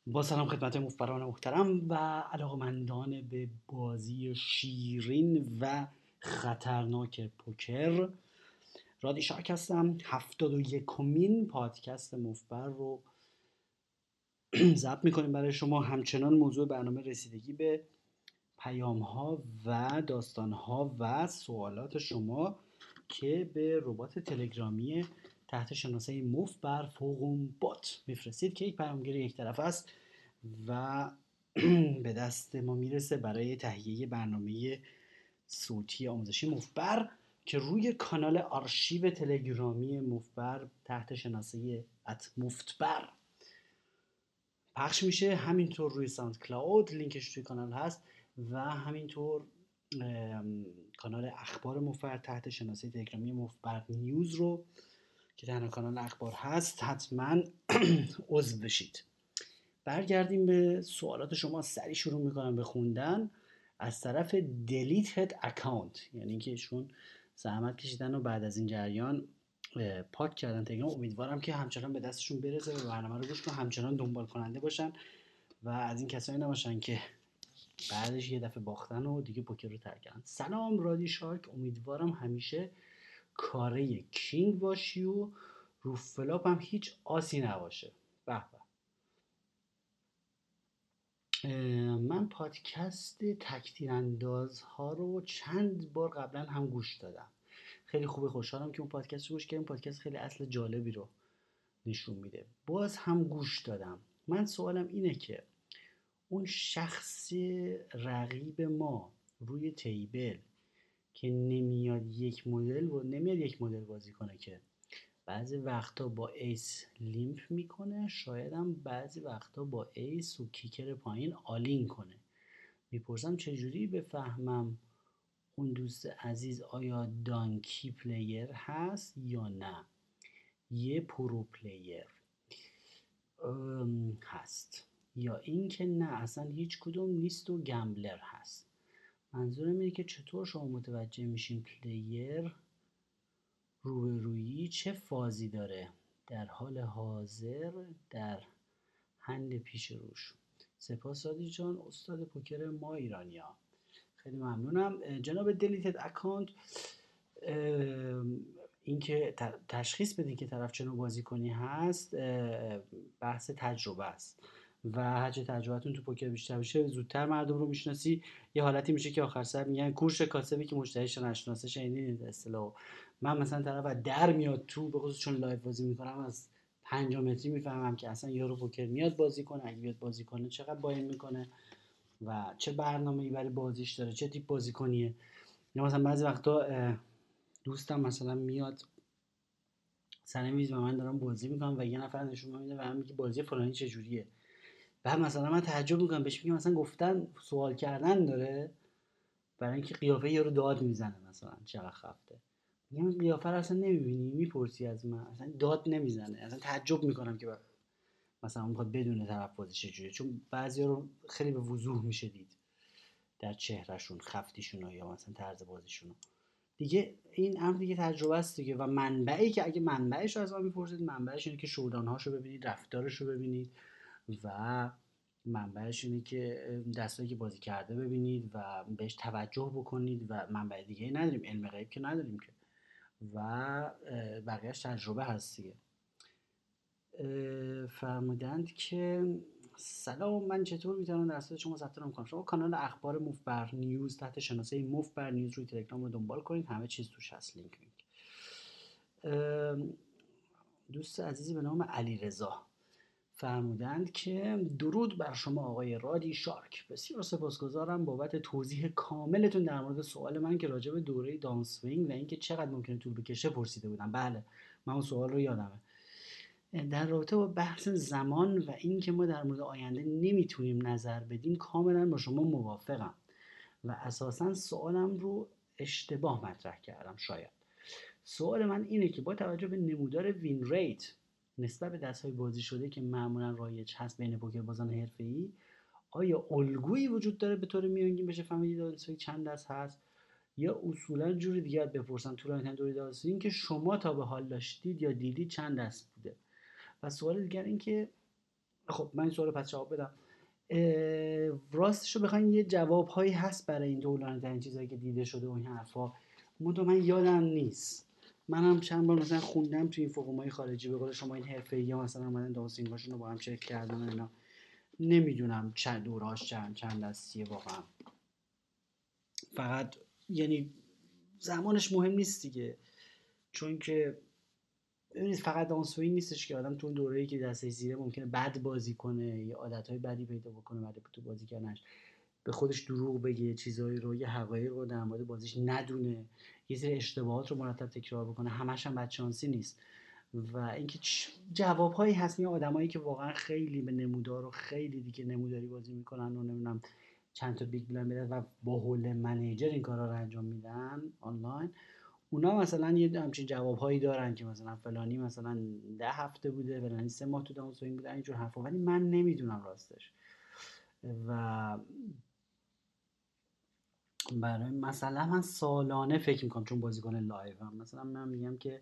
با سلام خدمت مفبران محترم و علاقمندان به بازی شیرین و خطرناک پوکر. رادی شارک هستم. 71مین پادکست مفبر رو ضبط میکنیم برای شما. همچنان موضوع برنامه رسیدگی به پیام ها و داستان ها و سوالات شما که به ربات تلگرامی تحت شناسه مفبر فوقم بات میفرستید که یک پیامگیری یک طرف است و به دست ما میرسه برای تهیه برنامه صوتی آموزشی مفبر که روی کانال آرشیو تلگرامی مفبر تحت شناسه مفتبر پخش میشه. همینطور روی ساوند کلاود لینکش توی کانال هست و همینطور کانال اخبار مفبر تحت شناسه تلگرامی مفبر نیوز رو که تنها کانال اخبار هست حتما عضو بشید. برگردیم به سوالات شما. سریع شروع میکنم به خوندن از طرف deleted account، یعنی اینکه ایشون زحمت کشیدن و بعد از این جریان پاک کردن تلگرام. امیدوارم که همچنان به دستشون برسه و برنامه رو گوش کنن، همچنان دنبال کننده باشن و از این کسایی نباشن که بعدش یه دفعه باختن و دیگه پوکر رو ترک کردن. سلام رادی شارک، امیدوارم همیشه کاره کینگ باشی و رو فلاپ هم هیچ آسی نباشه. به به. من پادکست تکتیر انداز ها رو چند بار قبلا هم گوش دادم. خیلی خوبه، خوشحالم که اون پادکست رو گوش کردم. پادکست خیلی اصل جالبی رو نشون میده. باز هم گوش دادم. من سوالم اینه که اون شخص رقیب ما روی تیبل که نمیاد یک مدل بازی کنه، که بعضی وقتا با ایس لیمپ میکنه، شاید هم بعضی وقتا با ایس و کیکر پایین آلین کنه. میپرسم چجوری بفهمم اون دوست عزیز آیا دانکی پلیر هست یا نه یه پرو پلیر هست، یا این که نه اصلا هیچ کدوم نیست و گمبلر هست. منظورم اینه که چطور شما متوجه میشین پلیر روبرویی چه فازی داره در حال حاضر در هند پیش روش. سپاس رادی جان، استاد پوکر ما ایرانیا. خیلی ممنونم. جناب دلیتد اکانت، اینکه تشخیص بدین که طرف چه نوع بازیکنی هست بحث تجربه است و هرچه تجربتون تو پوکر بیشتر بشه زودتر مردم رو میشناسی. یه حالتی میشه که آخر سر میگن کورش کاسبی که مشتریش نشناسه. شنیدین اصطلاحو؟ من مثلا طرف در میاد تو، به خصوص چون لایو بازی میکنم، از 5 متری میفهمم که اصلا یارو پوکر میاد بازی کنه، اگه بیاد بازی کنه چقدر باین میکنه و چه برنامه‌ای برای بازیش داره، چه تیپ بازیکنیه. یا مثلا بعضی وقتا دوستم مثلا میاد سر میز و من دارم بازی میکنم و یه نفر نشون میده و من میگه بازی فلانی چجوریه. بعد مثلا من تعجب میکنم، بهش میگم مثلا گفتن سوال کردن داره، برای اینکه قیافه یارو داد میزنه مثلا چقدر خفته. میگم قیافه رو اصلا نمیبینی میپرسی از من، اصلا داد نمیزنه. اصلا تعجب میکنم که مثلا اون میخواد بدون طرف بازی چجوریه، چون بعضیا رو خیلی به وضوح میشه دید در چهرهشون، خفتیشون یا مثلا طرز بازیشون. دیگه این امر دیگه تجربه است دیگه. و منبعی که اگه منبعش رو از ما میپرسید، منبعش اینه که شودانهاشو ببینید، رفتارش رو ببینید و منبعش اینه که دستایی که بازی کرده ببینید و بهش توجه بکنید و منبع دیگه ای نداریم، علم غیب که نداریم که. و بقیهش تجربه هست دیگه. فرمودند که سلام، من چطور میتونم در صورت شما ثبت نام کنم؟ شما کانال اخبار مفبر نیوز تحت شناسه مفبر نیوز روی تلگرام رو دنبال کنید، همه چیز توش هست. لینک دوست عزیزی به نام علیرضا فرمودند که درود بر شما آقای رادی شارک، بسیار سپاسگزارم بابت توضیح کاملتون در مورد سوال من که راجع به دوره دانسوینگ و اینکه چقدر ممکنه طول بکشه پرسیده بودم. بله، من اون سوال رو یادمه. در رابطه با بحث زمان و اینکه ما در مورد آینده نمیتونیم نظر بدیم، کاملا با شما موافقم و اساسا سوالم رو اشتباه مطرح کردم. شاید سوال من اینه که با توجه به نمودار وین ریت نسبت به دست‌های بازی شده که معمولا رایج هست بین پوکر بازان حرفه‌ای، آیا الگویی وجود داره به طور میانگین بشه فهمید دانسوینگ چند دست هست، یا اصولا جور دیگه بپرسم طولانی دوره دانسوینگ که شما تا به حال داشتید یا دیدید چند دست بوده؟ و سوال دیگر این که خب من این سوال پس جواب بدم. راستش رو بخواین یه جواب هایی هست برای این دولانه ترین چیزایی که دیده شده و این حرفا، منتها من یادم نیست. منم چند بار مثلا خوندم توی این فورومای خارجی، به قول شما این حرفه‌ای‌ها مثلا اومدن دانسینگاشون رو با هم چک کردن و اینا. نمیدونم چند دورهاش چند دستیه واقعا. فقط یعنی زمانش مهم نیست دیگه، چون که ببینید فقط دانسویی نیستش که آدم تو اون دوره‌ای که دستش زیره ممکنه بد بازی کنه یا عادت‌های بدی پیدا بکنه بعد تو بازی کردنش، به خودش دروغ بگه، چیزایی رو، یه حقایق رو در مورد بازیش ندونه، یه سری اشتباهات رو مرتب تکرار بکنه. همش هم بدشانسی نیست. و اینکه جوابهایی هست، یا آدمایی که واقعا خیلی به نمودار و خیلی دیگه نموداری بازی میکنن و نمیدونم چند تا بیگ بلند میدن و با هول منیجر این کارا رو انجام میدن آنلاین. اونا مثلا یه همچین جوابهایی دارن که مثلا فلانی مثلا 10 هفته بوده، فلانی 3 ماه تو داون سوینگ بوده، اینجور حرفا، ولی من نمیدونم راستش. و برای مثلا من سالانه فکر میکنم، چون بازیکن لایو هم، مثلا من میگم که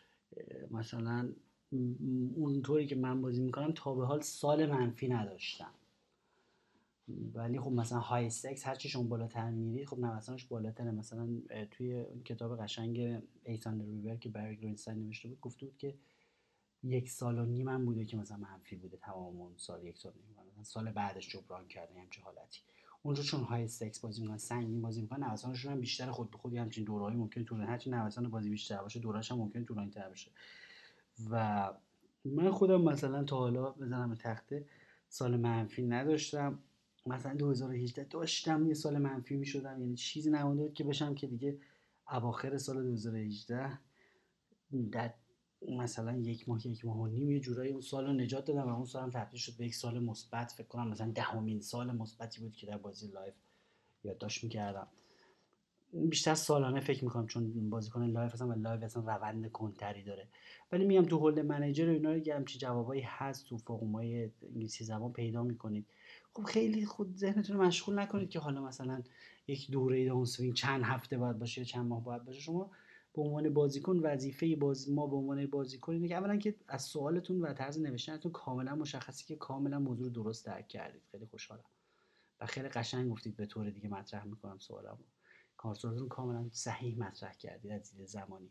مثلا اونطوری که من بازی میکنم تا به حال سال منفی نداشتم. ولی خب مثلا های استکس هر چی شما بالاتر میری خب نوسانش بالاتره. مثلا توی اون کتاب قشنگ ایساندر ریور که برای گرینستاین نوشته بود گفته بود که 1.5 سال هم بوده که مثلا منفی بوده تمام اون سال. 1.5 سال مثلا سال بعدش جبران کرده همچین حالتی. اونجا چون های استکس بازی میکنن، سنگین بازی میکنن، نوسانشون هم بیشتر. خود به خودی همچین دورهایی ممکن طولانی، هرچی نوسان بازی بیشتر باشه دورهاش هم ممکن طولانی تر بشه. و من خودم مثلا تا حالا بزنم به تخته سال منفی نداشتم. مثلا 2018 داشتم یه سال منفی میشدم، یعنی چیزی نمونده بود که بشم که دیگه اواخر سال 2018 در مثلا 1 ماه 1 ماه و نیم یه جورایی اون سال رو نجات دادم و اون سالم تبدیل شد به یک سال مثبت. فکر کنم مثلا 10مین سال مثبتی بود که در بازی لایف یادداشت میکردم. بیشتر سالانه فکر میکنم چون بازیکن لایف هستم و لایف اصلا روند کنتری داره. ولی میام تو هولد منیجر و اینا رو یه همچین جوابایی هست تو فورومای انگلیسی زبان پیدا میکنید. خب خیلی خود ذهنتون رو مشغول نکنید که حالا مثلا یک دوره داون سوینگ چند هفته باید باشه یا چند ماه باید باشه. شما به عنوان بازیکن وظیفه ما به عنوان بازیکن اینه که اولا که از سوالتون و طرز نوشتنتون کاملا مشخصه که کاملا موضوع رو درست درک کردید. خیلی خوشحالم و خیلی قشنگ گفتید. به طور دیگه مطرح میکنم سوالمو. کارزارتون کاملا صحیح مطرح کردید از دید زمانی.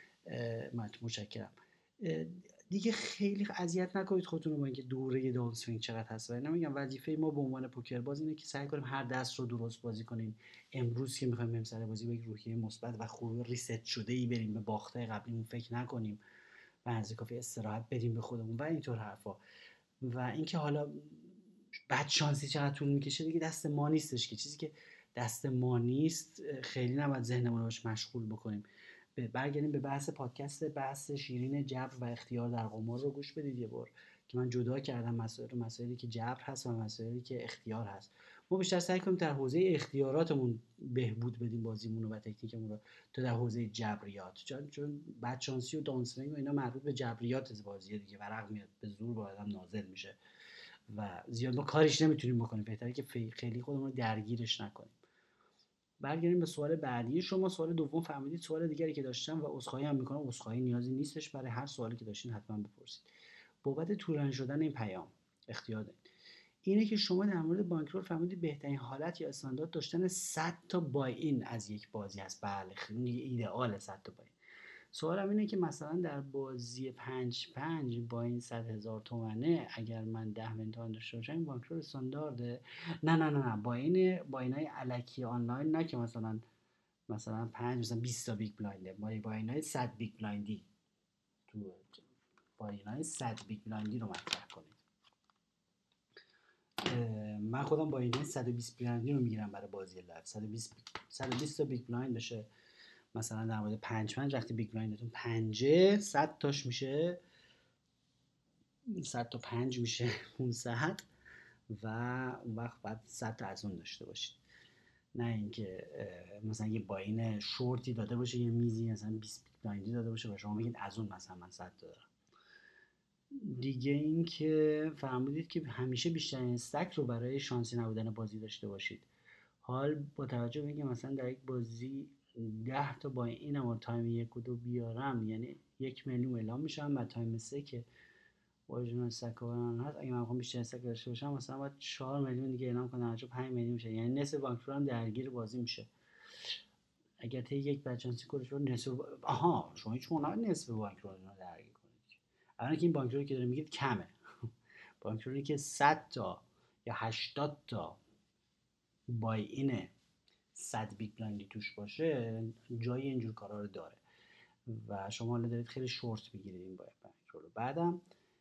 متشکرم. دیگه خیلی اذیت نکنید خودتون رو با اینکه دوره داون سوینگ چقدر هست. و اینا میگم وظیفه ما به عنوان پوکر باز اینه که سعی کنیم هر دست رو درست بازی کنیم. امروز که میخوایم بریم سر بازی با یک روحیه مثبت و خوب ریست شده ای بریم، به باختای قبلیمون فکر نکنیم و از کافی استراحت بدیم به خودمون و اینطور حرفا. و اینکه حالا بعد شانسی چقدر طول میکشه دیگه دست ما نیستش، که چیزی که دست ما نیست خیلی نباید ذهنمون رو باش مشغول بکنیم. برگردیم به بحث پادکست، بحث شیرین جبر و اختیار در قمار رو گوش بدید یه بار، که من جدا کردم مسائلی که جبر هست و مسائلی که اختیار هست. ما بیشتر سعی کنیم در حوزه اختیاراتمون بهبود بدیم بازیمون رو و تکنیکمون رو تا در حوزه جبریات، چون بدشانسی و دانسلینگ و اینا مربوط به جبریات بازیه دیگه، ورق میاد به زور با آدم نازل میشه و زیاد ما کاریش نمیتونیم بکنیم. بهتره که خیلی خودمون رو درگیرش نکنیم. برگردیم به سوال بعدی شما. سوال دوم فهمیدید سوال دیگری که داشتم و عذرخواهی هم میکنم، عذرخواهی نیازی نیستش، برای هر سوالی که داشتین حتما بپرسید. بابت طولانی شدن این پیام اختیار دارید. اینه که شما در مورد بانکرول فهمیدید بهترین حالت یا استاندارد داشتن 100 تا بای این از یک بازی هست. بله خیلی ایدئال 100 تا بای این. سوالم اینه که مثلا در بازی 5-5 با این 100,000 تومنه اگر من 10 میلیون تومن داشته باشم این بانکرول استاندارده؟ نه با اینای الکی آنلاین، نه که مثلا 5 مثلا 20 تا بیگ بلاینده، با اینای 100 بیگ بلایندی تو با اینای 100 بیگ بلایندی رو مطرح کنید. من خودم با اینای 120 بیگ بلایندی رو میگیرم برای بازی لایو. 120 تا بیگ بلایند بشه مثلا در مورد 5-5 وقتی بیگ بلایندتون 5 100 تاش میشه 100 تا 5 میشه 500 و اون وقت بعد 100 تا از اون داشته باشید. نه اینکه مثلا یه باین شورتی داده باشه، یه میزی مثلا 20 بیگ بلایندی داده باشه و شما میگید از اون مثلا من 100 تا دارم. دیگه اینکه فرمودید که همیشه بیشترین استک رو برای شانسی نبودن بازی داشته باشید. حال با توجه به اینکه مثلا در یک بازی 10 تا با اینم و تایم 1 و 2 بیارم، یعنی 1 میلیون اعلام میشم و تایم 3 که واژن استکان هست. اگه من بخوام بیشتر استک داشته باشم مثلا باید 4 میلیون دیگه اعلام کنم، چون 5 میلیون میشه، یعنی نصف بانکرو هم درگیر بازی میشه. اگر طی یک بچانسی کورش رو آها شما هیچ نباید نصف بانکرو رو درگیر کنید. اولا که این بانکرو که داره میگید کمه. بانکروی که 100 تا یا 80 تا بای این 100 بیگ بلایندی توش باشه جای اینجور کارا رو داره و شما حالا دارید خیلی شورت میگیرید این بانکرو رو. بعدم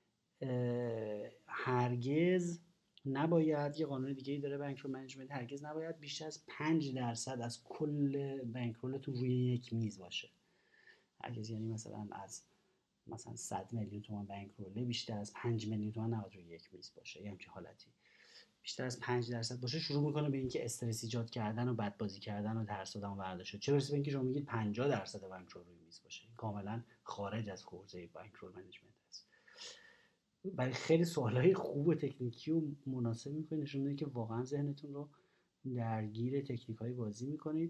هرگز نباید، یه قانون دیگه ای داره بانکرو منیجمنت، هرگز نباید بیشتر از 5% از کل بانکرولتون روی یک میز باشه. هرگز، یعنی مثلا از 100 میلیون تومان بانکروله بیشتر از 5 میلیون تومان نباید روی یک میز باشه. یه همچین حالتی بیشتر از 5% باشه شروع میکنه به اینکه استرس ایجاد کردن و بد بازی کردن و ترس دادن و برداشت، چه برسه به اینکه شما میگید 50% بانکرول روی میز باشه. این کاملا خارج از حوزه بانکرول منیجمنت است. برای خیلی سوالای خوب و تکنیکی و مناسب میکنید، نشون میده که واقعا ذهنتون رو درگیر تکنیک های بازی میکنید.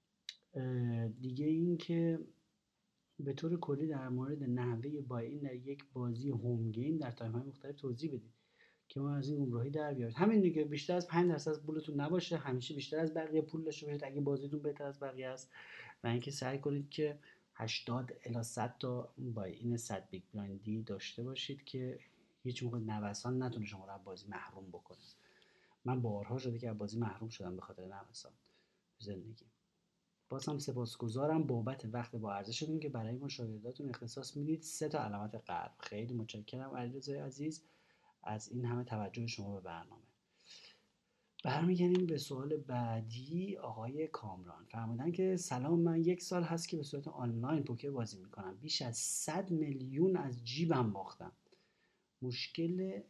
دیگه این که به طور کلی در مورد نحوه بای این در یک بازی هوم گیم در تایم های مختلف توضیح بدید که ما از این گمراهی در بیارید. همین دیگه، بیشتر از 5% از پولتون نباشه، همیشه بیشتر از بقیه پول داشته باشید اگه بازیتون بهتر از بقیه است، و اینکه سعی کنید که 80 الی 100 تا بای این 100 بیگ بلایندی داشته باشید که هیچ موقع نوسان نتونه شما رو از بازی محروم بکنه. من بارها شده که از بازی محروم شدم به خاطر نوسان زندگی. باز هم سپاسگزارم بابت وقت با ارزشتون که برای مشاهداتون اختصاص میدید. 3 تا علامت قلب. خیلی متشکرم علیرضا عزیز از این همه توجه شما به برنامه. برمیگردیم به سوال بعدی. آقای کامران فرمودن که سلام، من 1 سال هست که به صورت آنلاین پوکر بازی میکنم. بیش از 100 میلیون از جیبم باختم. مشکل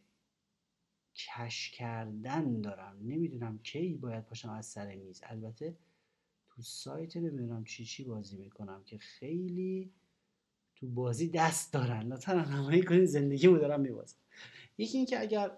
کش کردن دارم، نمیدونم کی باید پاشم از سر میز. البته تو سایت نمیدونم چی بازی میکنم که خیلی تو بازی دست دارن. لطفا راهنمایی کنید، زندگیمو دارم میبازم. یکی این که اگر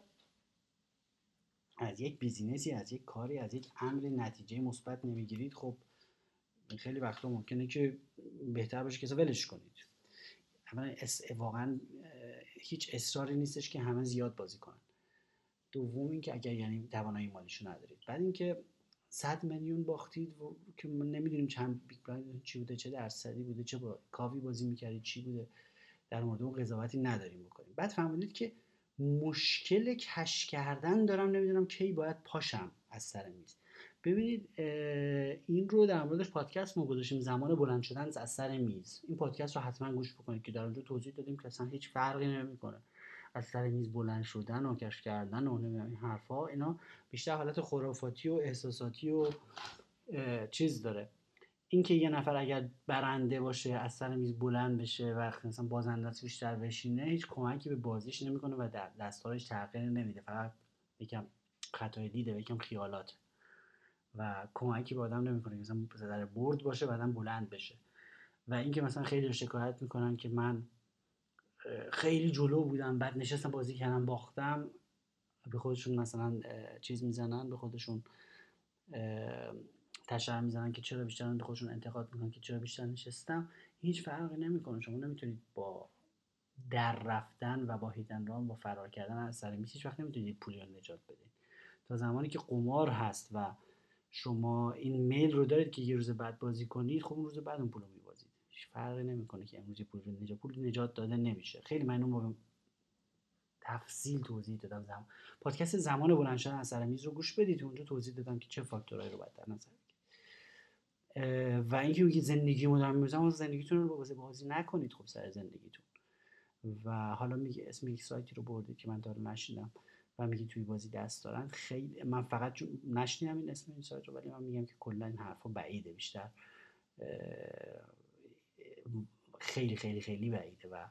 از یک بیزینسی، از یک کاری، از یک امری نتیجه مثبت نمیگیرید، خب خیلی وقتا ممکنه که بهتر باشه که ولش کنید. اولا واقعا هیچ اصراری نیستش که همه زیاد بازی کنن. دوم اینکه اگر یعنی توانایی مالیشو ندارید. بعد اینکه 100 میلیون باختید و که ما نمیدونیم چند بیگ بلایند چی بوده، چه درصدی بوده، چه با کاوی بازی میکردید، چی بوده، در مورد اون قضاوتی نداریم بکنیم. بعد فهمیدید که مشکل کش کردن دارم، نمیدونم کی باید پاشم از سر میز. ببینید این رو در موردش پادکست ما گذاشتیم، زمان بلند شدن از سر میز. این پادکست رو حتما گوش بکنید که در اونجا توضیح دادیم که اصلا هیچ فرقی نمیکنه از سر میز بلند شدن و کش کردن و نمیدونم این حرفا. اینا بیشتر حالت خرافاتی و احساساتی و چیز داره. اینکه یه نفر اگر برنده باشه از سر میز بلند بشه و مثلا بازنده بیشتر بشینه، هیچ کمکی به بازیش نمیکنه و در دستارش تغییر نمیده، فقط یکم خطای دیده و یکم خیالات و کمکی به آدم نمیکنه مثلا در برد باشه بعداً بلند بشه. و اینکه مثلا خیلی شکایت میکنن که من خیلی جلو بودم بعد نشستم بازی کردم باختم، به خودشون مثلا چیز میزنن، به خودشون تشر میزنن که چرا بیشتر، به خودشون انتقاد میکنن که چرا بیشتر نشستم. هیچ فرقی نمیکنه. شما نمیتونید با در رفتن و با هیدن ران، با فرار کردن از سر میز، هیچ وقت نمیتونید پولی رو نجات بدید. تا زمانی که قمار هست و شما این میل رو دارید که یه روز بعد بازی کنید، خب اون روز بعد اون پول رو میبازید. هیچ فرقی نمیکنه که امروز پول نجات داده نمیشه. خیلی ممنون، با تفصیل توضیح دادم. پادکست زمان بلند شدن از سر میز رو گوش بدید، اونجا توضیح دادم که چه فاکتورایی رو باید در نظر بگیرید. و اینکه میگید زندگی مدام می‌گذرونم، زندگیتون رو بازی نکنید خب سر زندگیتون. و حالا میگه اسم یک سایتی رو بردید که من دارم نشیدم و میگه توی بازی دست دارن. خیلی من فقط نشنیدم این اسم این سایت رو، ولی من میگم که کلا این حرفا بعیده، بیشتر خیلی خیلی خیلی بعیده. و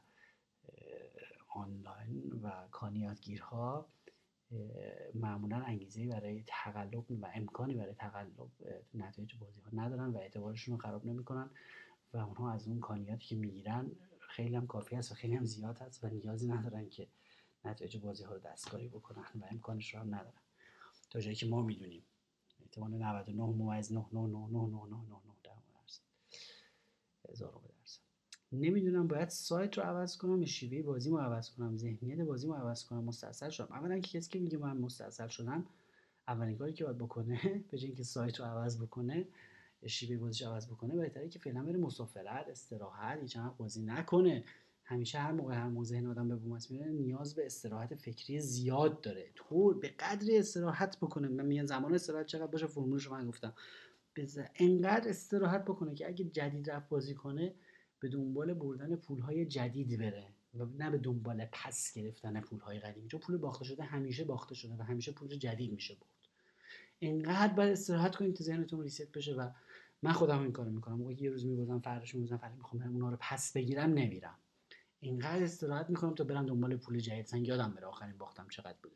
آنلاین و کانیاتگیرها معمولا انگیزه‌ای برای تقلب و امکانی برای تقلب تو نتایج بازی ها ندارن و اعتبارشون رو خراب نمیکنن و اونها از اون کانیاتی که میگیرن خیلی هم کافی است و خیلی هم زیاد هست و نیازی ندارن که نتایج بازی ها رو دستکاری بکنن و امکانش رو هم ندارن. تا جایی که ما میدونیم احتمال 99.9999999 در درصد هزارم درصد. نمیدونم باید سایت رو عوض کنم یا شیوه بازی رو عوض کنم، ذهنیت بازی رو عوض کنم. مستاصل شدم. اولا که کسی که میگه من مستاصل شدم، اولین کاری که باید بکنه به جای اینکه سایت رو عوض بکنه، شیوه بازیش عوض بکنه، بهتره که فعلا بره مسافرت، استراحت، یه چند بازی نکنه. همیشه هر موقع ذهن آدم به بوم میره نیاز به استراحت فکری زیاد داره. تو به قدری استراحت بکنه، من میگم زمان استراحت چقدر باشه، فرمولش رو من گفتم، انقدر استراحت بکنه که اگه جدید رفت بازی کنه به دنبال بردن پولهای جدید بره و نه به دنبال پس گرفتن پولهای قدیمی، چون پول باخته شده همیشه باخته شده و همیشه پول جدید میشه برد. انقدر باید استراحت کنید که ذهنتون ریست بشه. و من خودم این کارو میکنم. موقعی یه روز میبردم فرداش میبردم فردا میخوام برم اونا رو پس بگیرم، نمیرم. اینقدر استراحت میکنم تا برم دنبال پول جدید. سنگ یادم بره آخرین باختم چقدر بوده.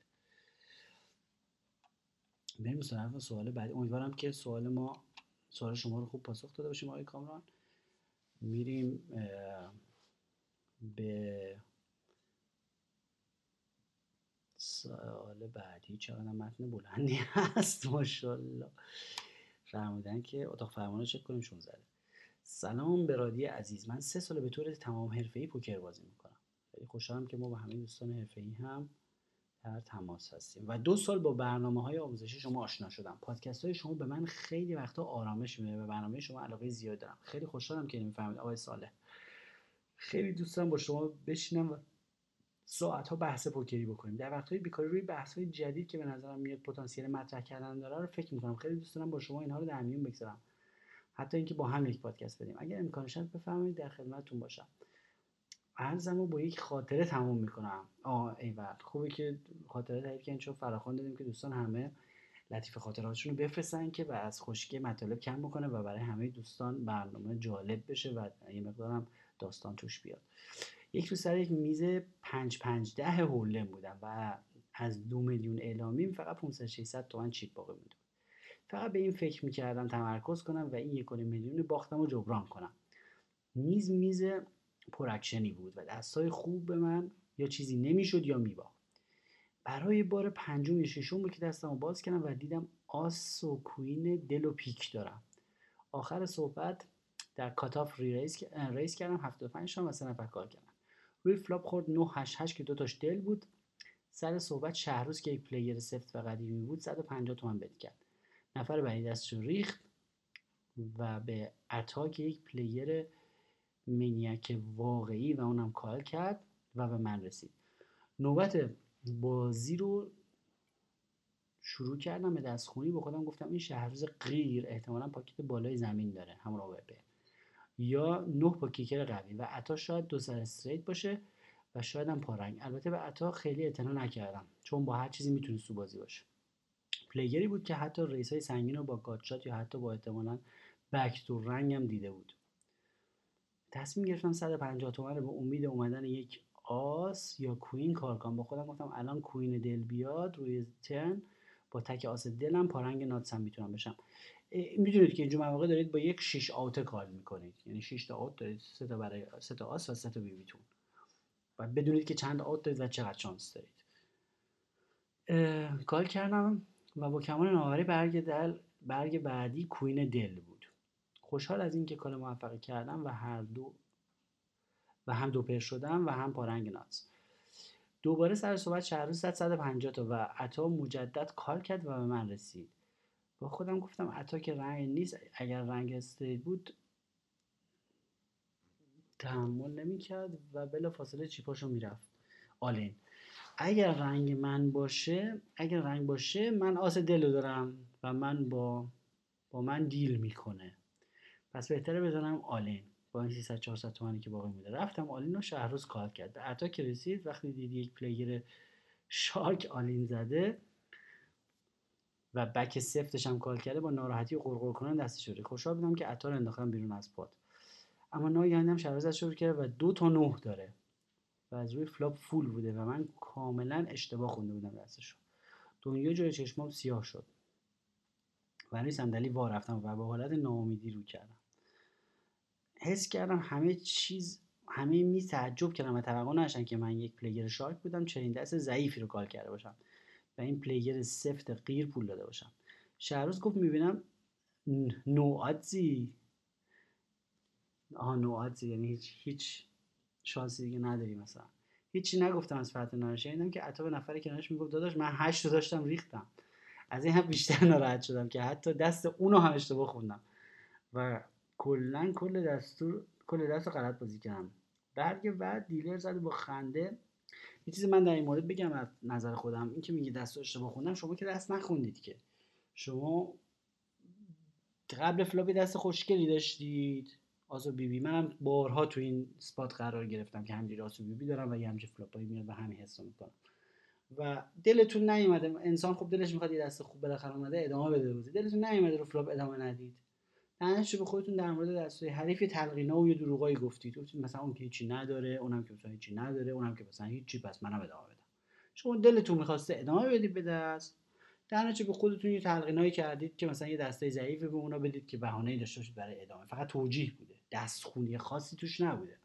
بریم سراغ سوال بعد. امیدوارم که سوال شما رو خوب پاسخ داده باشیم آقای کامران. میریم به سوال بعدی. چقدر متن بلندی هست ماشاءالله. فرمودن که اتاق فرمان رو چک کنیم 16. سلام برادی عزیز، من 3 سال به طور تمام حرفه‌ای پوکر بازی میکنم. خیلی خوشحالم که ما با همه دوستان حرفه‌ای هم در تماس هستیم و 2 سال با برنامه‌های آموزشی شما آشنا شدم. پادکست‌های شما به من خیلی وقتا آرامش میده. به برنامه شما علاقه زیاد دارم. خیلی خوشحالم که میفهمید آقای صالح. خیلی دوست دارم با شما بشینم و ساعت‌ها بحث پوکری بکنیم. در وقت‌های بیکاری روی بحث‌های جدید که به نظرم میاد پتانسیل مطرح کردن داره رو فکر می‌کنم. خیلی دوست دارم با شما اینها رو در میون بگذارم. حتی اینکه با هم یک پادکست بدیم. اگر امکانش هست بفرمایید، در خدمتتون باشم. عرضمو با یک خاطره تموم میکنم. ایول، خوبه که خاطره تعریف کردین، چون فراخوان دادیم که دوستان همه لطیف خاطراتشون رو بفرستن که و از خشکی مطالب کم بکنه و برای همه دوستان برنامه جالب بشه و یه مقدارم داستان توش بیاد. یک روز سر یک میز 5-5-10 هولم بودم و از 2 میلیون اعلامیم فقط 500-600 تومن چیپ باقی بود. فقط به این فکر میکردم تمرکز کنم و این 1.5 میلیون باختم رو جبران کنم. میز پراکشنی بود و دستای خوب به من یا چیزی نمیشد یا میباخت. برای بار پنجم یا ششم بود که دستمو باز کردم و دیدم آس و کوین دل و پیک دارم. آخر صحبت در کاتاف ریس کردم 75 تومن و 3 نفر کار کردم. روی فلاپ خورد 988 که دوتاش دل بود. سر صحبت شهروز که یک پلیر سفت و قدیمی بود 150 تومن بد کرد. نفر بعدی دستشو ریخت و به عطا که یک پلیر منیک واقعی و اونم کال کرد و به من رسید. نوبت بازی رو شروع کردم به دستخونی. با خودم گفتم این شهرروز غیر احتمالاً پاکت بالای زمین داره، همون آورده، یا 9 با کیکر قوی و عطا شاید 2 سر استریت باشه و شاید هم پارنگ. البته به عطا خیلی اعتنا نکردم چون با هر چیزی میتونست تو بازی باشه. پلیگری بود که حتی ریس های سنگین رو با گاتشات یا حتی با احتمالاً بک تو رنگ هم دیده بود. تصمیم گرفتم 150 تومن رو به امید اومدن یک آس یا کوین کار کنم. با خودم گفتم الان کوین دل بیاد روی ترن، با تک آس دلم پارنگ ناتس هم میتونم بشم. میدونید که اینجور مواقع دارید با یک 6 آوت کال میکنید، یعنی 6 تا آوت دارید، 3 تا برای 3 تا آس و 3 تا بی بیتون و بدونید که چند آوت دارید و چقدر شانس دارید. کال کردم و با کمال ناآوری برگ بعدی کوین دل بود. خوشحال از اینکه کار موفقی کردم و هم دوپر شدم و هم پارنگ ناتس. دوباره سر صحبت شهروز 150 تا و عطا مجدد کال کرد و به من رسید. با خودم گفتم عطا که رنگ نیست، اگر رنگ استریت بود تحمل نمیکرد و بلا فاصله چیپاشو میرفت آلین. اگر رنگ باشه من آس دلو دارم و با من دیل میکنه، پس بهتره بزنم آلین با این 300-400 تومانی که باقی مونده. رفتم آلین رو شهروز کال کرد. به عطا که رسید، وقتی دید یک پلیر شارک آلین زده و بک سفتش هم کال کرده، با ناراحتی و غرغر کنن دستش رو خوشحال بودم که عطا رو انداختم بیرون از پات. اما ناگهان شهروز از شروع کرد و 2 تا 9 داره و از روی فلاپ فول بوده و من کاملا اشتباه خونده بودم دستشو. دنیا جلوی چشمام سیاه شد و روی صندلی وا رفتم و با حالت ناامیدی رو کردم. حس کردم همه میز تعجب کردم و توقع نداشتن که من یک پلیر شارک بودم چنین دست ضعیفی رو کال کرده باشم و این پلیر سفت غیر پول داده باشم. شهروز گفت میبینم نو آدزی. نوعات، یعنی هیچ شانسی دیگه نداری. مثلا هیچی نگفتم از فتح نارنج، شنیدم که عطا به نفر کنارش میگفت داداش من 8 رو داشتم ریختم. از این هم بیشتر ناراحت شدم که حتی دست اونو هم اشتباه خوندم و کلا کل دست رو غلط بازی کردم. برگ بعد دیلر زد با خنده. یه چیزی من در این مورد بگم از نظر خودم، این که میگه دست رو اشتباه خوندم، شما که دست نخوندید که. شما قبل فلاپی دست خوشگلی داشتید، آسو بی بی. منم بارها تو این اسپات قرار گرفتم که همینجوری آسو بی بی دارم و یه همچین فلاپایی میاد و همین حسو میکنم و دلتون نیومده. انسان خب دلش میخواد یه دست خوب بالاخره اومده ادامه بده بازی، دلتون نیومده رو فلاپ ادامه ندید. تنش به خودتون در مورد دستای حریف یه تلقینا و یه دروغایی گفتید مثلا اون که هیچی نداره، اونم که مثلا هیچی نداره، اونم که مثلا هیچی، پس منم ادامه بدم. شما دلتون میخواسته ادامه بدید به دست، در نتیجه به خودتون یه تلقینایی کردید که مثلا یه دسته ضعیفی به اونا بدید که بهانه‌ای داشته باشید برای ادامه. فقط توجیه بوده، دستخونی خاصی توش نبوده.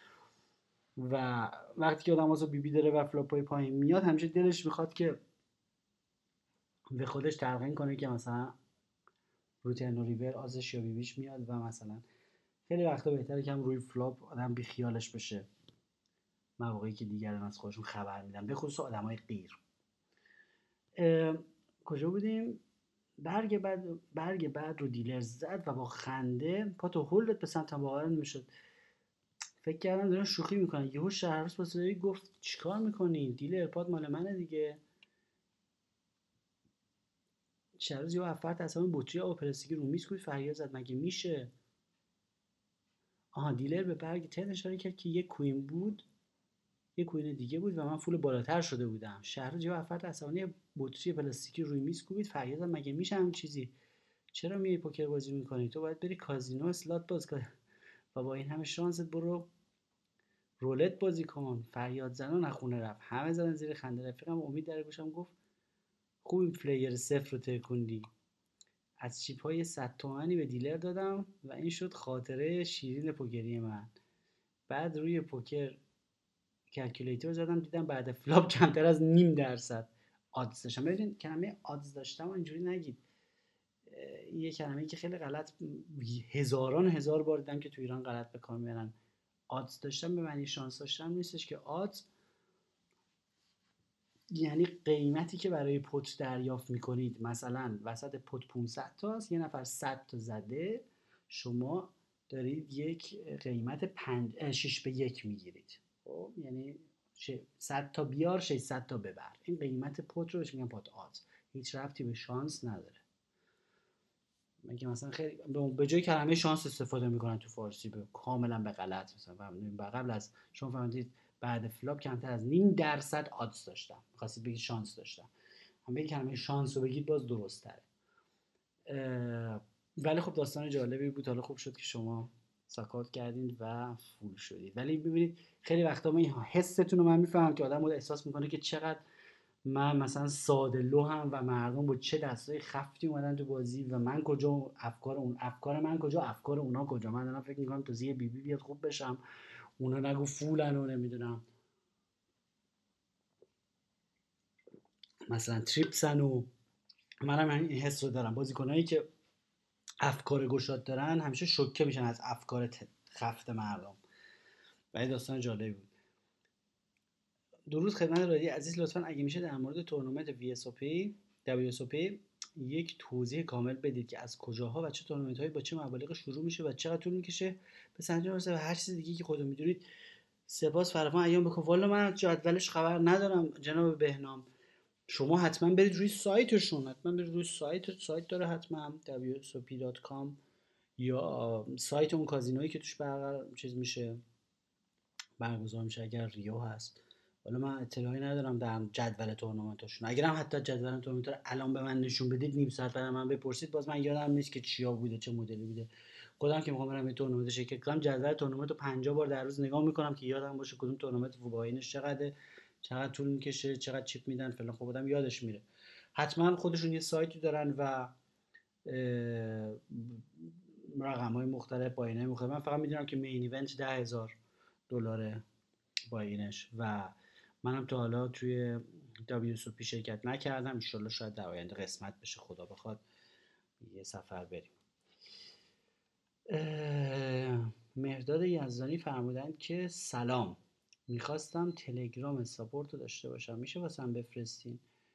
و وقتی که آدم واسه بی بی داره و فلاپای پایین میاد، همیشه دلش میخواد که به خودش تلقین کنه که مثلا رو ترن و ریور آزش یا بی بیش میاد و مثلا خیلی وقتا بهتره که هم روی فلاپ آدم بی خیالش بشه مواقعی که دیگران از خودشون خبر میدن، به خصوص آدمای غیر. کجا بودیم؟ برگ بعد رو دیلر زد و با خنده پاتو هولت به سمت باورن میشد. فکر کردم دارن شوخی میکنن. یهو شهرس با صدایی گفت چیکار میکنی دیلر؟ پات مال منه دیگه. شهرس یهو افرت اصلا بطری آب پلاستیکی رو میز کوبید، فریاد زد مگه میشه؟ آها، دیلر به برگ تن اشاره کرد که یک کوین بود، یه کوین دیگه بود و من فول بالاتر شده بودم. شهرزاد جواب فرد عصبانی بطری پلاستیکی روی میز کوبید، فریاد زد مگه میشه همین چیزی؟ چرا میای پوکر بازی میکنی؟ تو باید بری کازینو اسلات باز کنی و با این همه شانست برو رولت بازی کن. فریاد زنان از خونه رفت. همه زدن زیر خنده. رفیقم امید در گوشم گفت خوب این پلیر صفر رو ترکوندی. از چیپ های 100 تومانی به دیلر دادم و این شد خاطره شیرین پوکری من. بعد روی پوکر کلکیولیتور زدم، دیدم بعد فلاپ کمتر از 0.5% آدز داشتم. ببینید کلمه آدز داشتم اینجوری نگید. یه کلمه‌ای که خیلی غلط هزاران هزار بار دیدم که تو ایران غلط به کار میبرن. آدز داشتم به معنی شانس داشتم نیستش که. آدز یعنی قیمتی که برای پت دریافت میکنید. مثلا وسط پت 500 تاست، یه نفر 100 تا زده، شما دارید یک قیمت 6 به 1 میگیرید. خب یعنی 100 تا بیار 600 تا ببر. این قیمت پت رو بهش میگن پت آدز. هیچ ربطی به شانس نداره. مگه مثلا خیلی به جای کلمه شانس استفاده میکنن تو فارسی کاملا به غلط. مثلا قبل از شما فهمیدید بعد فلاپ کمتر از 0.5% آدز داشتم، می‌خواستید بگید شانس داشتم، هم بگید کلمه شانس رو بگید باز درست تره. ولی خب داستان جالبی بود. حالا خوب شد که شما ساکات کردین و فول شدید. ولی ببینید خیلی وقتا من حستون رو من میفهمم که آدم احساس میکنه که چقدر من مثلا ساده لوحم و مردم با چه دستای خفتی اومدن تو بازی و من کجا، افکار من کجا، افکار اونا کجا. من دارم فکر میکنم تو زیه بی بی بیاد خوب بشم، اونا نگو فولن و نمیدونم مثلا تریپسن و منم این حس رو دارم. بازیکنایی که افکار گشاد دارن همیشه شوکه میشن از افکار خفت مردم. ولی داستان جالبی بود. درود خدمت رادی عزیز، لطفا اگه میشه در مورد تورنمنت WSOP یک توضیح کامل بدید که از کجاها و چه تورنمنت هایی با چه مبالغ شروع میشه و چقدر طول میکشه به سنجام برسه و هر چیز دیگه که خودتون میدونید. سپاس فراوان ایام بکن. والا من جدولش خبر ندارم جناب بهنام. شما حتما برید روی سایتشون، حتما برید روی سایت داره حتما wsop.com یا سایت اون کازینویی که توش برگزار میشه اگر ریو هست. حالا من اطلاعی ندارم در جدول تورنمنتاشون. اگرم حتی جدول تورنمنت رو الان به من نشون بدید نیم ساعت بعد من بپرسید باز من یادم نیست که چیا بوده چه مدلی بوده. خودم که میخوام برم یه تورنمنت شرکت کنم جدول تورنمنت رو 50 بار در روز نگاه میکنم که یادم باشه کدوم تورنمنت واینش چقدر طول میکشه، چقدر چیپ میدن فلان. خب آدم یادش میره. حتما خودشون یه سایتی دارن و رقم‌های مختلف، باین‌های مختلف. من فقط میدونم که مین ایونت $10,000 باینش و منم تا حالا توی WSOP شرکت نکردم. انشالله شاید در آینده قسمت بشه، خدا بخواد یه سفر بریم. مهرداد یزدانی فرمودند که سلام، میخواستم تلگرام ساپورت رو داشته باشم، میشه واسم بفرستین؟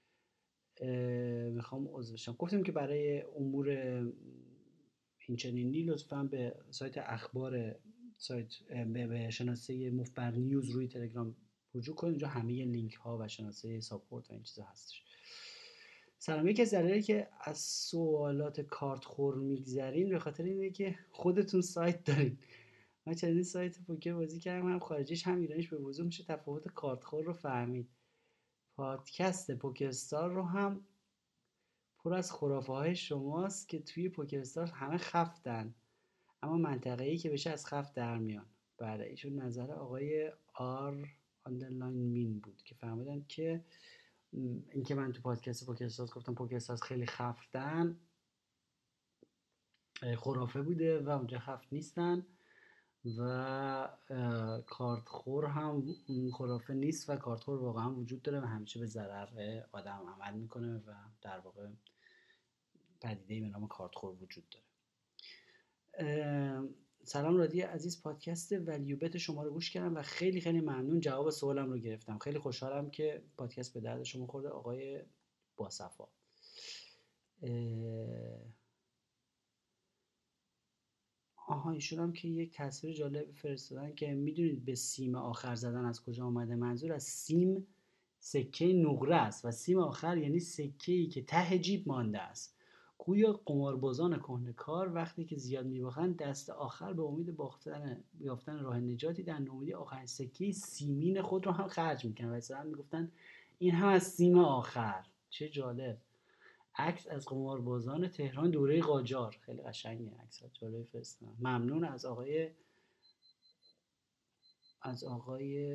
میخوام عضو بشم. گفتیم که برای امور اینچنینی لطفا به سایت اخبار به شناسه مفبر نیوز روی تلگرام رجوع کنید. اونجا همه لینک ها و شناسه ساپورت و این چیزا هستش. سلام. یکی از دلایلی که از سوالات کارت خور میگذرین به خاطر اینه که خودتون سایت دارین. من چندین سایت پوکر بازی کردم، هم خارجیش هم ایرانیش، به وضوح میشه تفاوت کارت خور رو فهمید. پادکست پوکرستار رو هم پر از خرافه های شماست که توی پوکرستار همه خفتن، اما منطقه‌ای که بشه از خفت در میان. بله، ایشون نظر آقای آر آندرلاین مین بود که فهمیدن که اینکه من تو پادکست پوکرستار گفتم پوکرستار خیلی خفتن خرافه بوده و اونجا خفت نیستن و کارت خور هم خرافه نیست و کارت خور واقعا وجود داره و همیشه به ضرر آدم عمل میکنه و در واقع پدیده‌ای به نام کارت خور وجود داره. سلام رادی عزیز، پادکست ولیوبت شما رو گوش کردم و خیلی خیلی ممنون، جواب سوالم رو گرفتم. خیلی خوشحالم که پادکست به درد شما خورده آقای باصفا. ایشون هم که یک تصویر جالب فرستادن که میدونید به سیم آخر زدن از کجا آمده؟ منظور از سیم سکه نقره است و سیم آخر یعنی سکه‌ای که ته جیب مانده است. گویا قماربازان کهنه‌کار وقتی که زیاد می‌باختند دست آخر به امید یافتن راه نجاتی در نومیدی آخرین سکه سیمین خود را هم خرج می‌کردند و اصلا میگفتن این هم از سیم آخر. چه جالب. عکس از قماربازان تهران دوره قاجار. خیلی قشنگه عکس، جالب فرستادن. ممنون از آقای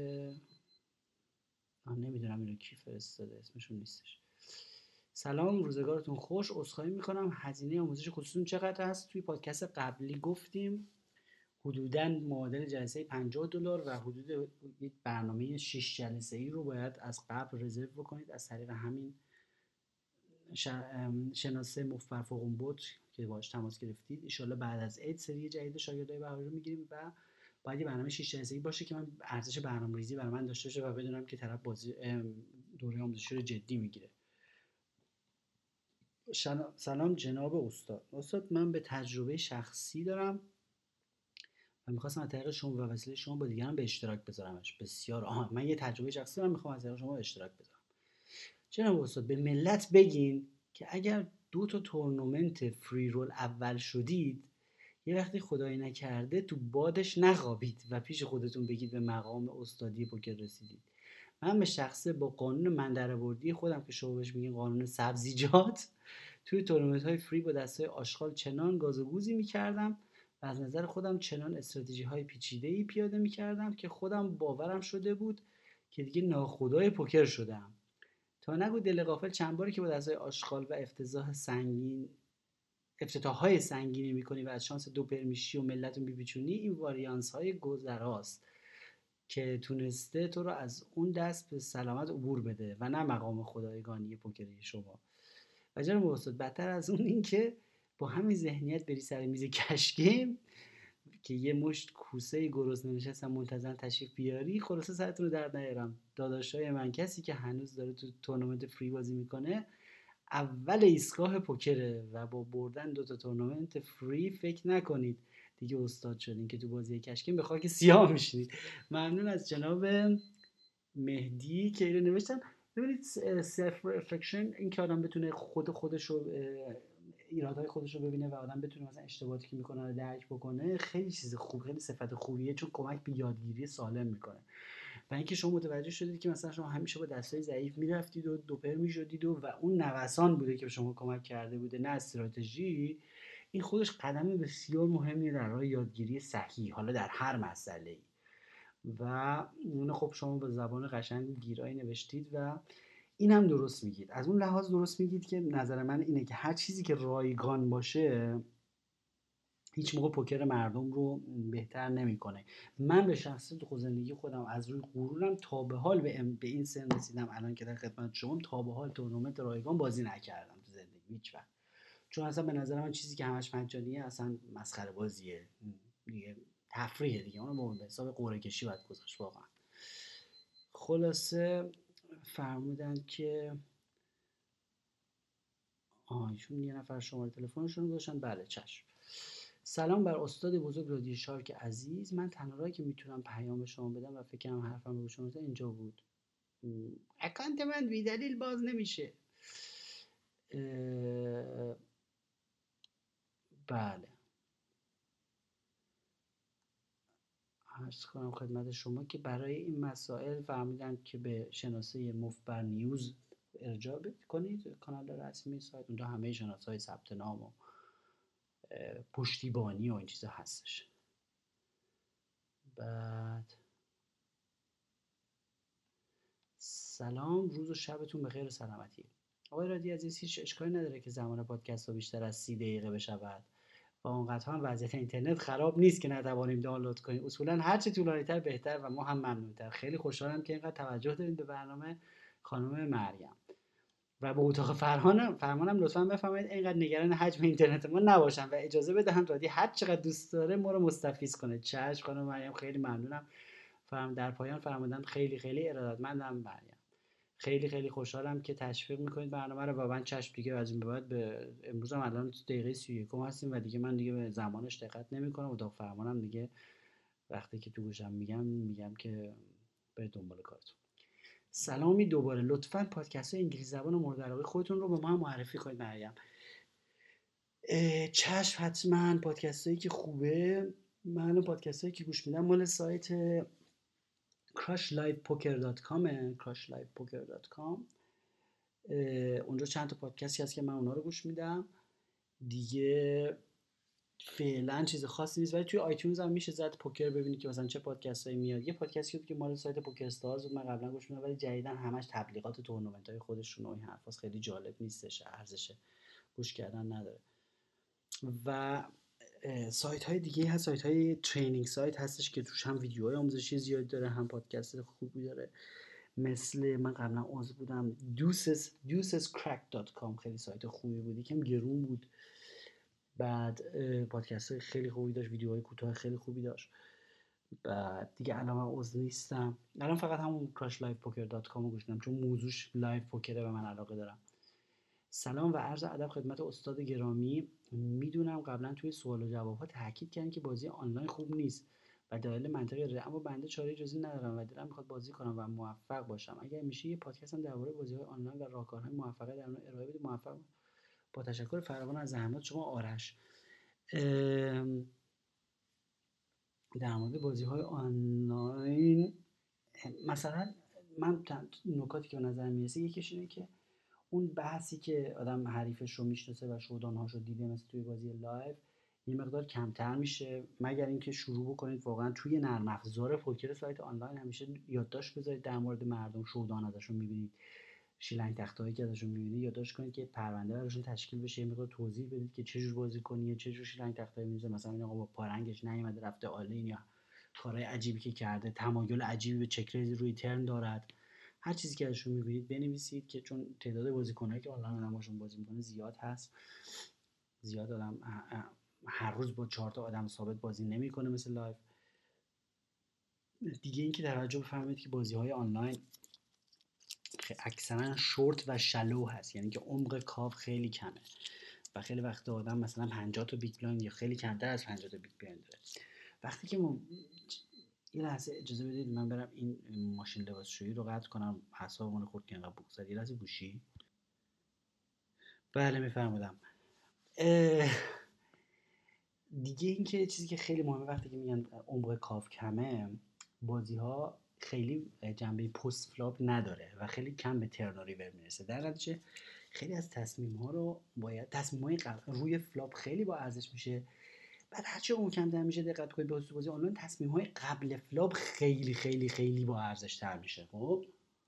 نمیدونم اینو کی فرستاده، اسمشون نیستش. سلام، روزگارتون خوش. عذرخواهی میکنم، هزینه آموزش خصوصیتون چقدر هست؟ توی پادکست قبلی گفتیم حدوداً معادل جلسه $50 و حدود یک برنامه 6 جلسه‌ای رو باید از قبل رزرو بکنید از طریق همین شناسه مفبر فوقون بود که باهاش تماس گرفتید. ان بعد از عید سری جدید شاگردای بهاری رو میگیریم و باید یه برنامه 6 جلسه‌ای باشه که من ارزش برنامه‌ریزی برای من داشته باشه و بدونم که طرف بازی دوره آموزشی رو جدی میگیره. سلام جناب استاد، من به تجربه شخصی دارم و میخواستم از طریق شما و وسیله شما با دیگران به اشتراک بذارمش. بسیار من یه تجربه شخصی دارم، میخوام از طریق شما به اشتراک بذارم. جناب استاد، به ملت بگین که اگر 2 تا تورنمنت فری رول اول شدید، یه وقتی خدایی نکرده تو بادش نخوابید و پیش خودتون بگید به مقام استادی پوکر رسیدید. من به شخصه با قانون من درآوردی خودم که شما بهش میگین قانون سبزیجات، توی تورنمنت های فری با دستای آشغال چنان گازوگوزی میکردم و از نظر خودم چنان استراتژی های پیچیده‌ای پیاده میکردم که خودم باورم شده بود که دیگه ناخدای پوکر شدم. تا نگو دل غافل چند باری که با دستای آشغال و افتتاحهای سنگینی میکنی و از شانس دوپر میشی و ملت رو میپیچونی، این واریانس های گذراست که تونسته تو رو از اون دست به سلامت عبور بده و نه مقام خدایگانی پوکری شما. و جناب استاد، بدتر از اون این که با همین ذهنیت بری سر میز کشگیم که یه مشت کوسه گرسنه نشستن منتظر تشریف بیاری، خلاصه سرتون رو درد نیارم. داداشای من، کسی که هنوز داره تو تورنمنت فری بازی میکنه اول ایستگاه پوکره و با بردن 2 تا تورنمنت فری فکر نکنید دیگه استاد شدین که تو بازی کشکین به خاک سیاه میشینید. ممنون از جناب مهدی که اینو نوشتن. ببینید، سلف ریفلکشن، این که آدم بتونه خودش رو ایرادهای خودش رو ببینه و آدم بتونه مثلا اشتباهاتی که میکنه رو درک بکنه، خیلی چیز خوب، خیلی صفت خوبیه، چون کمک به یادگیری سالم میکنه. و اینکه شما متوجه شدید که مثلا شما همیشه با دستای ضعیف میرفتید و دوپر میشدید و اون نوسان بوده که به شما کمک کرده بوده، نه استراتژی. این خودش قدم بسیار مهمیه در راه یادگیری صحیح، حالا در هر مسئله‌ای. و اون خب شما با زبان قشنگ گیرایی نوشتید و این هم درست میگید. از اون لحاظ درست میگید که نظر من اینه که هر چیزی که رایگان باشه هیچ موقع پوکر مردم رو بهتر نمیکنه. من به شخص تو زندگی خودم از روی غرورم تا به حال به این سن رسیدم الان که در خدمت شما، تا به حال تورنمنت رایگان بازی نکردم تو زندگی هیچ وقت، چون اصلا به نظر من چیزی که همش مجانیه اصلا مسخره بازیه دیگه. تفریح دیگه، اون به حساب قرعه کشی باید گذاشت واقعا. خلاصه فرمودن که ایشون یه نفر شماره تلفنشون رو گذاشتن. بله چشم. سلام بر استاد بزرگ رادیو شارک عزیز. من تنها راهی که میتونم پیام به شما بدم و فکر کنم حرفم به گوش شما اینجا بود. اکانت من بی دلیل باز نمیشه. بله عرض کنم خدمت شما که برای این مسائل فرمودن که به شناسه مفبر نیوز ارجاع کنید، کانال رسمی سایت. اونجا همه شناسه های ثبت نام و پشتیبانی و این چیزا هستش. بعد سلام، روز و شبتون بخیر و سلامتی. آقای رادی عزیز، هیچ اشکالی نداره که زمان پادکست ها بیشتر از 30 دقیقه بشود و اونقدر هم وضعیت اینترنت خراب نیست که نتوانیم دانلود کنیم. اصولا هر چه طولانی‌تر بهتر و ما هم ممنون‌تر. خیلی خوشحالم که اینقدر توجه دارید به برنامه خانم مریم. و به اتاق فرمانم لطفا بفرمایید اینقدر نگران حجم اینترنت ما نباشن و اجازه بدهند رادی هر چقدر دوست داره ما رو مستفیض کنه. چشم خانم مریم، خیلی ممنونم. در پایان فرمودن خیلی خیلی ارادتمندم مریم. خیلی خیلی خوشحالم که تشویق میکنید برنامه رو و من چشم دیگه از این به بعد به امروز هم الان دقیقه 31 هستیم و دیگه من دیگه به زمانش دقت نمیکنم. اتاق فرمانم دیگه وقتی که تو گوشم میگم که به دنبال کارتون. سلامی دوباره، لطفاً پادکست انگلیسی زبان مورد علاقه خودتون رو به ما معرفی کنید مریم. چشم حتما. پادکست هایی که خوبه، من پادکست هایی که گوش میدم مال سایت crushlifepoker.com crushlifepoker.com. اونجا چند تا پادکستی هست که من اونا رو گوش میدم دیگه. فعلا چیز خاصی نیست، ولی توی آیتیونز هم میشه زد پوکر ببینید که مثلا چه پادکستایی میاد. یه پادکستی بود که مال سایت پوکر استارز بود، من قبلا گوش میدم، ولی جدیدن همش تبلیغات تورنمنت‌های خودشون و این حرفاست، خیلی جالب نیستش، ارزش گوش کردن نداره. و سایت های دیگه هست، سایت های ترینینگ سایت هستش که توش هم ویدیوهای آموزشی زیاد داره، هم پادکست خوبی داره. مثل من قبلا عضو بودم deucescrack.com، خیلی سایت خوبی بود، یکم گرون بود، بعد پادکست خیلی خوبی داشت، ویدیوهای کوتاه خیلی خوبی داشت. بعد دیگه الان من عضو نیستم، الان فقط همون crushlifepoker.com رو گوش میدم چون موضوعش لایو پوکره و من علاقه دارم. سلام و عرض ادب خدمت استاد گرامی. میدونم قبلا توی سوال و جواب ها تاکید کردن که بازی آنلاین خوب نیست و دلیل منطقی داره، اما بنده چاره جزی ندارم و دلم میخواد بازی کنم و موفق باشم. اگر میشه یه پادکست هم درباره بازی‌های آنلاین و راهکارهای موفقیت در اون ارائه بدید. موفق. با تشکر فراوان از زحمات شما آرش. در مورد بازی‌های آنلاین مثلا من نکاتی که به نظر میرسه یکیش اینه که اون بحثی که آدم حریفش رو میشناسه و شودانهاش رو دیده مثل توی بازی لایو یه مقدار کمتر میشه، مگر اینکه شروع بکنید واقعا توی نرم افزار پوکر سایت آنلاین همیشه یادداشت بذارید در مورد مردم شودان ازشون میبینید، شیلنگ تختهایی که ازشون میبینید یادداشت کنید که پرونده براشون تشکیل بشه، یه مقدار توضیح بدید که چه جور بازی کنی، چه جور شیلنگ تختهایی میذاره، مثلا این آقا با پارنگش نیومده رفته آلین یا کارهای عجیبی که کرده، تمایل عجیبی به چک ریز روی ترن دارد. هر چیزی که ازشون میبینید بنویسید که چون تعداد بازیکنایی که آنلاین آدماشون بازی میکنه زیاد هست، زیاد آدم هر روز با 4 تا آدم ثابت بازی نمیکنه مثل لایو. دیگه اینکه توجه بفرمایید که بازی‌های آنلاین اکثرا شورت و شلو هست، یعنی که عمق کاو خیلی کمه و خیلی وقت آدم مثلا 50 تا بیگ بلایند یا خیلی کمتر از 50 تا بیگ بلایند داره. وقتی که یه لحظه اجازه بدید من برم این ماشین لباسشویی رو قطع کنم، حسابمون خورد که انقدر بغض. یه لحظه گوشی. بله میفرمودم. دیگه اینکه چیزی که خیلی مهمه وقتی که میگن عمق کاف کمه، بازی ها خیلی جنبه پست فلاپ نداره و خیلی کم به ترن و ریور میرسه، در نتیجه خیلی از تصمیم ها رو باید تصمیم های روی فلاپ خیلی با ارزش میشه. بعد هرچی اون کمتر میشه دقت کنید به بازی آنلاین تصمیم های قبل فلاپ خیلی خیلی خیلی با ارزش تر میشه. خب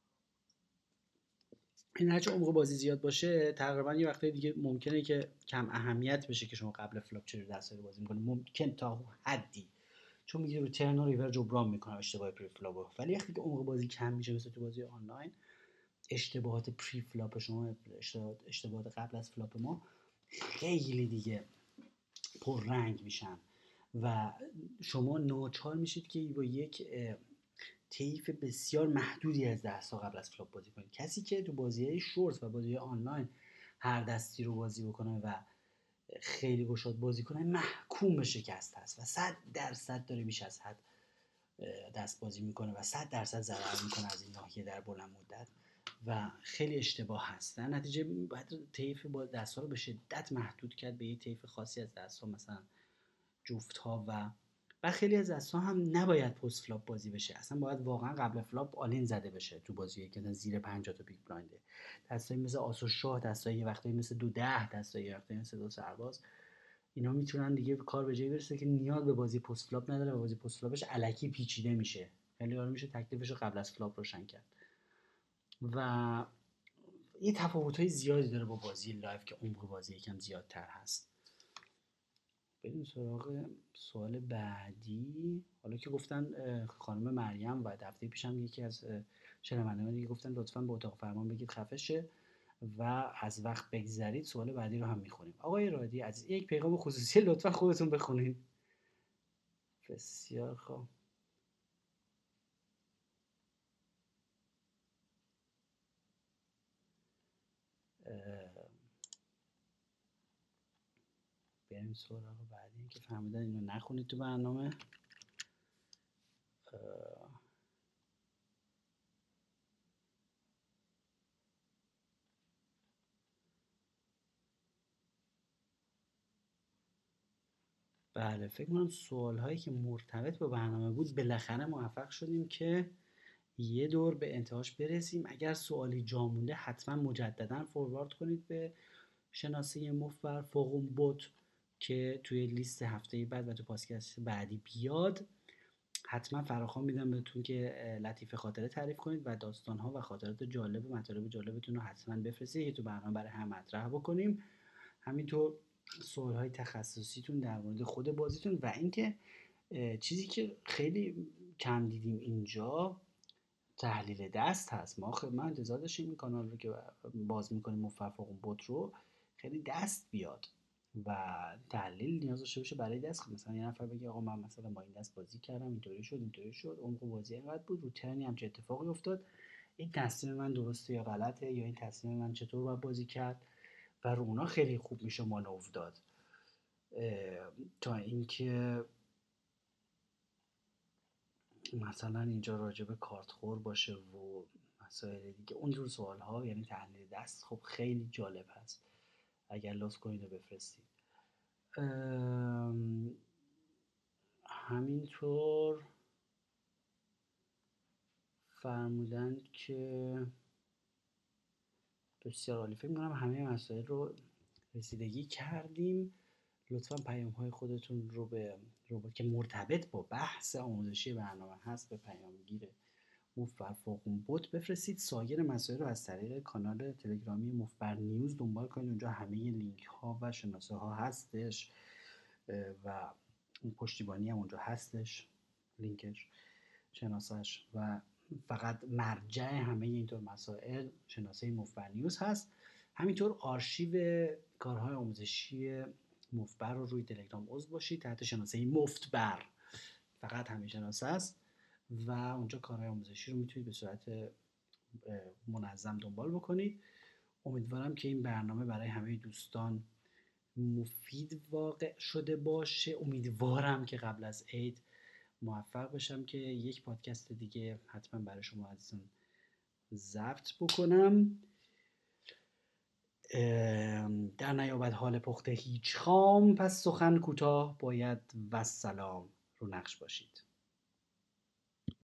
این هرچه عمق بازی زیاد باشه تقریبا یه وقتای دیگه ممکنه که کم اهمیت بشه که شما قبل فلاپ چه دستایی بازی میکنید، ممکن تا حدی، چون میگه رو ترن و ریور جبران میکنه اشتباه پری فلاپو. ولی وقتی که عمق بازی کم میشه مثل تو بازی آنلاین، اشتباهات پری فلاپ شما، اشتباهات قبل از فلاپ ما خیلی دیگه پررنگ میشن و شما ناچار میشید که با یک طیف بسیار محدودی از دست‌ها قبل از فلاپ بازی کنید. کسی که تو بازی‌های شورت و بازی‌های آنلاین هر دستی رو بازی بکنه و خیلی گشاد بازی کنه محکوم به شکست هست و 100% داره بیش از حد دست بازی میکنه و 100% ضرر میکنه از این ناحیه در بلند مدت و خیلی اشتباه هست. در نتیجه باید طیف با دست‌ها رو به شدت محدود کرد به یه طیف خاصی از دست‌ها، مثلا جفت ها و خیلی از دست‌ها هم نباید پست فلاپ بازی بشه، اصلا باید واقعا قبل فلاپ آلین زده بشه تو بازی که زیر 50 تا بیگ بلاینده. دستایی مثل آس و شاه، دستایی یه وقتایی مثل دو ده، دستایی یه وقتایی مثل دو سرباز، اینا میتونن دیگه کار به جایی برسه که نیاز به بازی پست فلاپ نداره و بازی پست فلاپش الکی پیچیده میشه. خیلی آروم میشه تکلیفش رو قبل از فلاپ روشن کرد و یه تفاوت‌های زیادی داره با بازی لایو که عمق بازی یکم زیادتر هست. بریم سراغ سوال بعدی. حالا که گفتن خانم مریم و هفته پیشم یکی از شنوندگان دیگه گفتن لطفاً به اتاق فرمان بگید خفه شه و از وقت بگذرید، سوال بعدی رو هم میخونیم. آقای رادی عزیز، یک پیغام خصوصی لطفاً خودتون بخونید. بسیار خوب. بریم سراغ بعدی که فهمیدن اینو نخونید تو برنامه. بله، فکر کنم سوال هایی که مرتبط با برنامه بود بالاخره موفق شدیم که یه دور به انتهاش برسیم. اگر سوالی جا مونده حتما مجددا فوروارد کنید به شناسه مفبر فوقون بوت که توی لیست هفته بعد و تو پادکست بعدی بیاد. حتما فراخوان میدم بهتون که لطیفه خاطره تعریف کنید و داستان‌ها و خاطرات جالب و مطالب جالبتون رو حتما بفرستید که تو برنامه برای هم مطرح بکنیم. همینطور سوال‌های تخصصیتون در مورد خود بازیتون و اینکه چیزی که خیلی کم دیدیم اینجا تحلیل دست هست. من انتظار داشتیم این کانال رو که باز میکنیم مفرفق بوت رو خیلی دست بیاد و تحلیل نیاز داشته باشه برای دست. مثلا یه نفر بگه آقا من مثلا با این دست بازی کردم اینطوری شد عمق بازی اینقدر بود، رو ترنی هم چه اتفاقی افتاد، این تصمیم من درسته یا غلطه، یا این تصمیم من چطور باید بازی کرد و رو اونا خیلی خوب میشه مانور داد. تا اینکه مثلا اینجا راجب کارت خور باشه و مسائل دیگه اونجور سوال ها، یعنی تحلیل دست خب خیلی جالب هست اگر لطف کنید رو بفرستید. همینطور فرمودن که بسیار عالی، فکر می‌کنم همه مسائل رو رسیدگی کردیم. لطفا پیام های خودتون رو به که مرتبط با بحث آموزشی برنامه هست به پیامگیر مفبر فوقون بوت بفرستید. سایر مسائل رو از طریق کانال تلگرامی مفبر نیوز دنبال کنید، اونجا همه لینک ها و شناسه ها هستش و پشتیبانی هم اونجا هستش، لینکش شناسش، و فقط مرجع همه اینطور مسائل شناسه مفبر نیوز هست. همینطور آرشیو کارهای آموزشی مفبر رو روی تلگرام عضو باشید تحت شناسه مفتبر، فقط همین شناسه است و اونجا کارهای آموزشی رو میتونید به صورت منظم دنبال بکنید. امیدوارم که این برنامه برای همه دوستان مفید واقع شده باشه. امیدوارم که قبل از عید موفق بشم که یک پادکست دیگه حتما برای شما عزیزان ضبط بکنم. در نیابد حال پخته هیچ خام، پس سخن کوتاه باید و سلام رو نقش باشید.